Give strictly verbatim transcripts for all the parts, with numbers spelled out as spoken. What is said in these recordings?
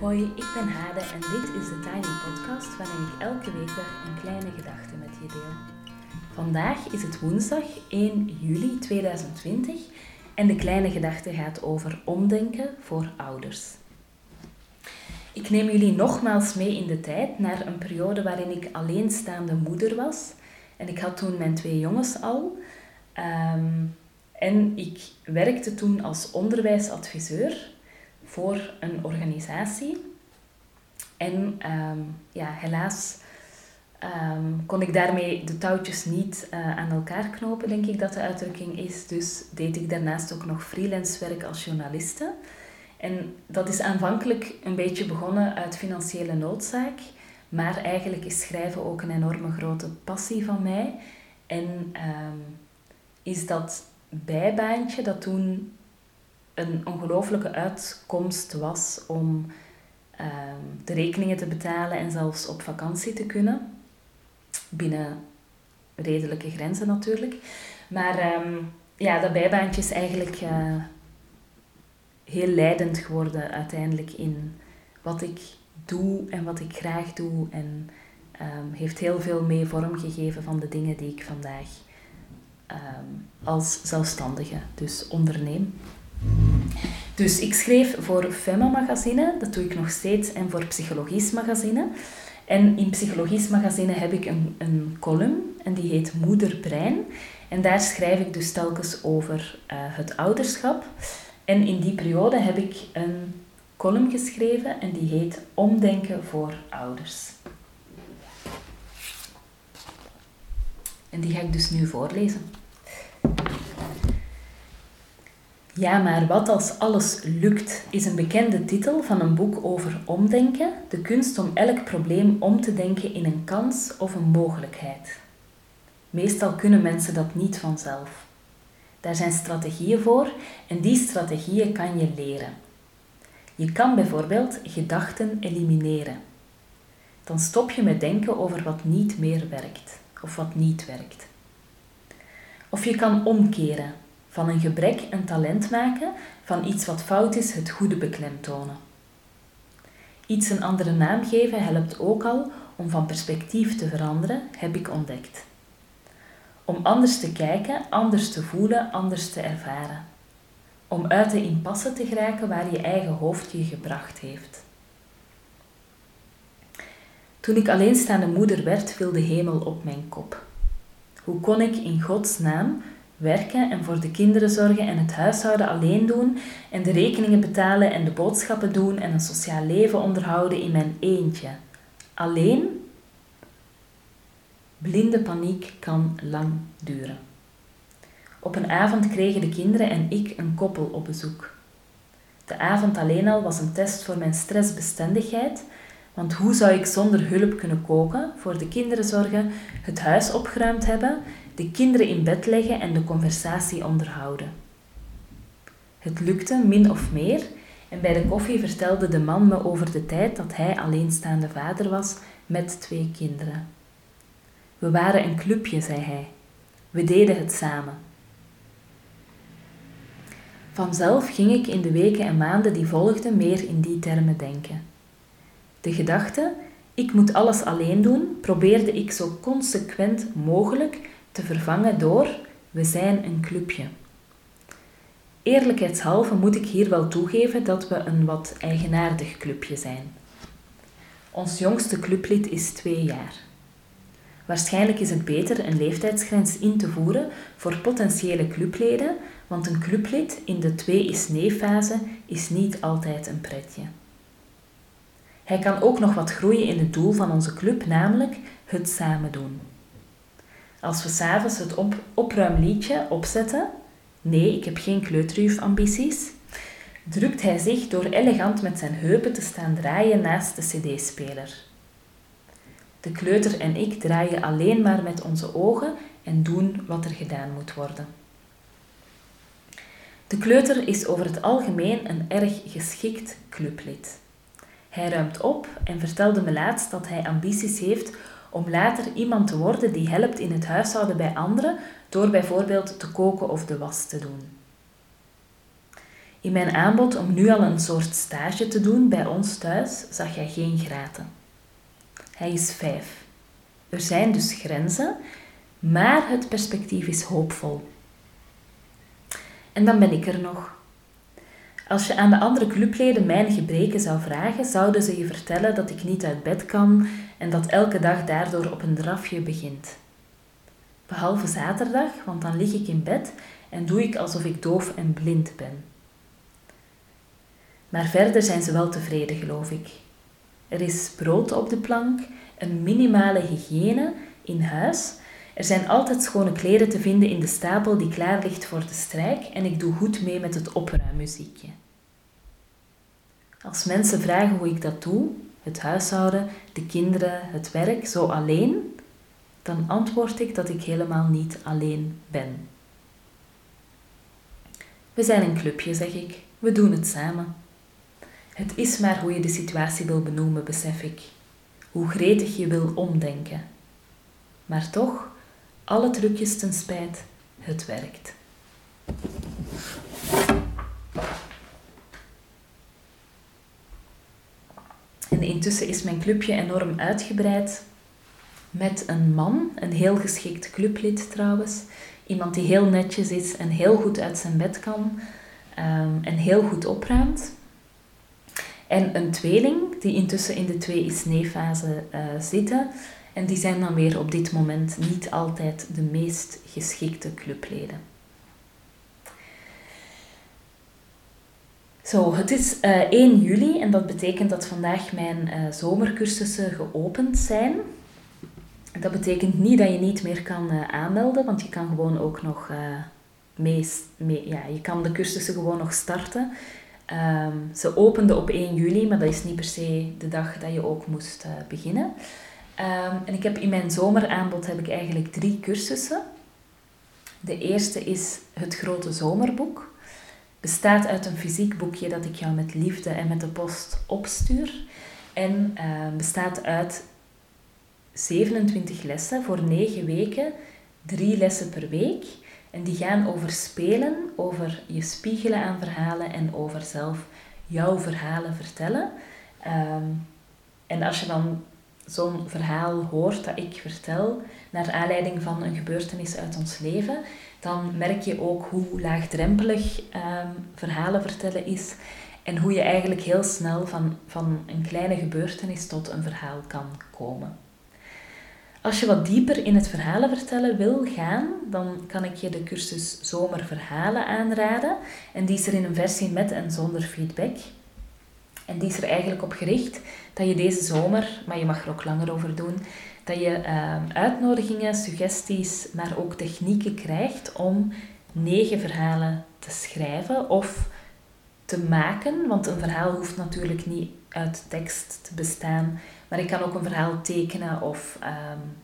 Hoi, ik ben Hade en dit is de Tiny Podcast waarin ik elke weekdag een kleine gedachte met je deel. Vandaag is het woensdag één juli tweeduizend twintig en de kleine gedachte gaat over omdenken voor ouders. Ik neem jullie nogmaals mee in de tijd naar een periode waarin ik alleenstaande moeder was. En ik had toen mijn twee jongens al. Um, en ik werkte toen als onderwijsadviseur voor een organisatie. En um, ja, helaas um, kon ik daarmee de touwtjes niet uh, aan elkaar knopen, denk ik dat de uitdrukking is. Dus deed ik daarnaast ook nog freelance werk als journaliste. En dat is aanvankelijk een beetje begonnen uit financiële noodzaak. Maar eigenlijk is schrijven ook een enorme grote passie van mij. En um, is dat bijbaantje dat toen een ongelooflijke uitkomst was om um, de rekeningen te betalen en zelfs op vakantie te kunnen. Binnen redelijke grenzen natuurlijk. Maar um, ja, dat bijbaantje is eigenlijk uh, heel leidend geworden uiteindelijk in wat ik doe en wat ik graag doe. En um, heeft heel veel mee vormgegeven van de dingen die ik vandaag um, als zelfstandige dus onderneem. Dus ik schreef voor Femma Magazine, dat doe ik nog steeds, en voor Psychologisch Magazine. En in Psychologisch Magazine heb ik een, een column en die heet Moederbrein. En daar schrijf ik dus telkens over uh, het ouderschap. En in die periode heb ik een column geschreven en die heet Omdenken voor ouders. En die ga ik dus nu voorlezen. Ja, maar wat als alles lukt, is een bekende titel van een boek over omdenken, de kunst om elk probleem om te denken in een kans of een mogelijkheid. Meestal kunnen mensen dat niet vanzelf. Daar zijn strategieën voor en die strategieën kan je leren. Je kan bijvoorbeeld gedachten elimineren. Dan stop je met denken over wat niet meer werkt of wat niet werkt. Of je kan omkeren. Van een gebrek een talent maken, van iets wat fout is het goede beklemtonen. Iets een andere naam geven helpt ook al om van perspectief te veranderen, heb ik ontdekt. Om anders te kijken, anders te voelen, anders te ervaren. Om uit de impasse te geraken waar je eigen hoofd je gebracht heeft. Toen ik alleenstaande moeder werd, viel de hemel op mijn kop. Hoe kon ik in Gods naam werken en voor de kinderen zorgen en het huishouden alleen doen en de rekeningen betalen en de boodschappen doen en een sociaal leven onderhouden in mijn eentje? Alleen? Blinde paniek kan lang duren. Op een avond kregen de kinderen en ik een koppel op bezoek. De avond alleen al was een test voor mijn stressbestendigheid, want hoe zou ik zonder hulp kunnen koken, voor de kinderen zorgen, het huis opgeruimd hebben, de kinderen in bed leggen en de conversatie onderhouden. Het lukte min of meer en bij de koffie vertelde de man me over de tijd dat hij alleenstaande vader was met twee kinderen. We waren een clubje, zei hij. We deden het samen. Vanzelf ging ik in de weken en maanden die volgden meer in die termen denken. De gedachte, ik moet alles alleen doen, probeerde ik zo consequent mogelijk te vervangen door, we zijn een clubje. Eerlijkheidshalve moet ik hier wel toegeven dat we een wat eigenaardig clubje zijn. Ons jongste clublid is twee jaar. Waarschijnlijk is het beter een leeftijdsgrens in te voeren voor potentiële clubleden, want een clublid in de twee is nee fase is niet altijd een pretje. Hij kan ook nog wat groeien in het doel van onze club, namelijk het samen doen. Als we 's avonds het op- opruimliedje opzetten, nee, ik heb geen kleuterjuf-ambities, drukt hij zich door elegant met zijn heupen te staan draaien naast de cd-speler. De kleuter en ik draaien alleen maar met onze ogen en doen wat er gedaan moet worden. De kleuter is over het algemeen een erg geschikt clublid. Hij ruimt op en vertelde me laatst dat hij ambities heeft om later iemand te worden die helpt in het huishouden bij anderen door bijvoorbeeld te koken of de was te doen. In mijn aanbod om nu al een soort stage te doen bij ons thuis, zag hij geen graten. Hij is vijf. Er zijn dus grenzen, maar het perspectief is hoopvol. En dan ben ik er nog. Als je aan de andere clubleden mijn gebreken zou vragen, zouden ze je vertellen dat ik niet uit bed kan en dat elke dag daardoor op een drafje begint. Behalve zaterdag, want dan lig ik in bed en doe ik alsof ik doof en blind ben. Maar verder zijn ze wel tevreden, geloof ik. Er is brood op de plank, een minimale hygiëne in huis. Er zijn altijd schone kleren te vinden in de stapel die klaar ligt voor de strijk en ik doe goed mee met het opruimmuziekje. Als mensen vragen hoe ik dat doe, het huishouden, de kinderen, het werk, zo alleen, dan antwoord ik dat ik helemaal niet alleen ben. We zijn een clubje, zeg ik. We doen het samen. Het is maar hoe je de situatie wil benoemen, besef ik. Hoe gretig je wil omdenken. Maar toch, alle trucjes ten spijt, het werkt. En intussen is mijn clubje enorm uitgebreid met een man, een heel geschikt clublid trouwens. Iemand die heel netjes is en heel goed uit zijn bed kan um, en heel goed opruimt. En een tweeling die intussen in de twee is nee-fase uh, zitten. En die zijn dan weer op dit moment niet altijd de meest geschikte clubleden. Zo, het is uh, één juli en dat betekent dat vandaag mijn uh, zomercursussen geopend zijn. Dat betekent niet dat je niet meer kan uh, aanmelden, want je kan gewoon ook nog uh, mee, mee, ja, je kan de cursussen gewoon nog starten. Um, ze openden op één juli, maar dat is niet per se de dag dat je ook moest uh, beginnen. Um, en ik heb in mijn zomeraanbod heb ik eigenlijk drie cursussen. De eerste is het grote zomerboek. Bestaat uit een fysiek boekje dat ik jou met liefde en met de post opstuur. En uh, bestaat uit zevenentwintig lessen voor negen weken, drie lessen per week. En die gaan over spelen, over je spiegelen aan verhalen en over zelf jouw verhalen vertellen. Um, en als je dan zo'n verhaal hoort dat ik vertel, naar aanleiding van een gebeurtenis uit ons leven, dan merk je ook hoe laagdrempelig um, verhalen vertellen is en hoe je eigenlijk heel snel van, van een kleine gebeurtenis tot een verhaal kan komen. Als je wat dieper in het verhalen vertellen wil gaan, dan kan ik je de cursus Zomerverhalen aanraden. En die is er in een versie met en zonder feedback. En die is er eigenlijk op gericht dat je deze zomer, maar je mag er ook langer over doen, dat je uh, uitnodigingen, suggesties, maar ook technieken krijgt om negen verhalen te schrijven of te maken. Want een verhaal hoeft natuurlijk niet uit tekst te bestaan, maar ik kan ook een verhaal tekenen of um,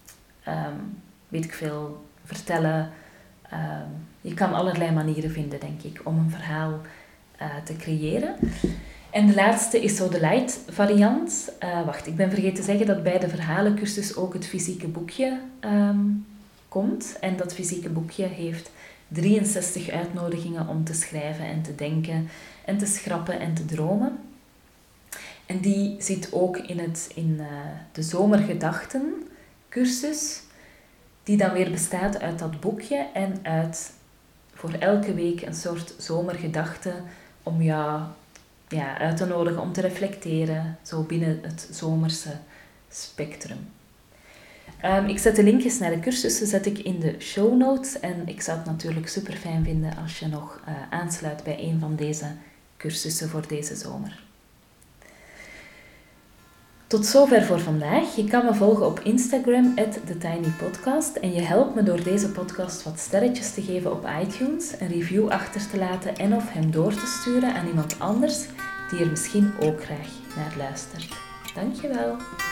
um, weet ik veel, vertellen. Um, je kan allerlei manieren vinden, denk ik, om een verhaal uh, te creëren. En de laatste is zo de light variant. Uh, wacht, ik ben vergeten te zeggen dat bij de verhalencursus ook het fysieke boekje um, komt. En dat fysieke boekje heeft drieënzestig uitnodigingen om te schrijven en te denken en te schrappen en te dromen. En die zit ook in, het, in uh, de Zomergedachten cursus, die dan weer bestaat uit dat boekje en uit voor elke week een soort zomergedachte om jou ja, uit te nodigen om te reflecteren, zo binnen het zomerse spectrum. Um, ik zet de linkjes naar de cursussen zet ik in de show notes en ik zou het natuurlijk super fijn vinden als je nog uh, aansluit bij een van deze cursussen voor deze zomer. Tot zover voor vandaag. Je kan me volgen op Instagram, at thetinypodcast. En je helpt me door deze podcast wat sterretjes te geven op iTunes, een review achter te laten en of hem door te sturen aan iemand anders die er misschien ook graag naar luistert. Dankjewel.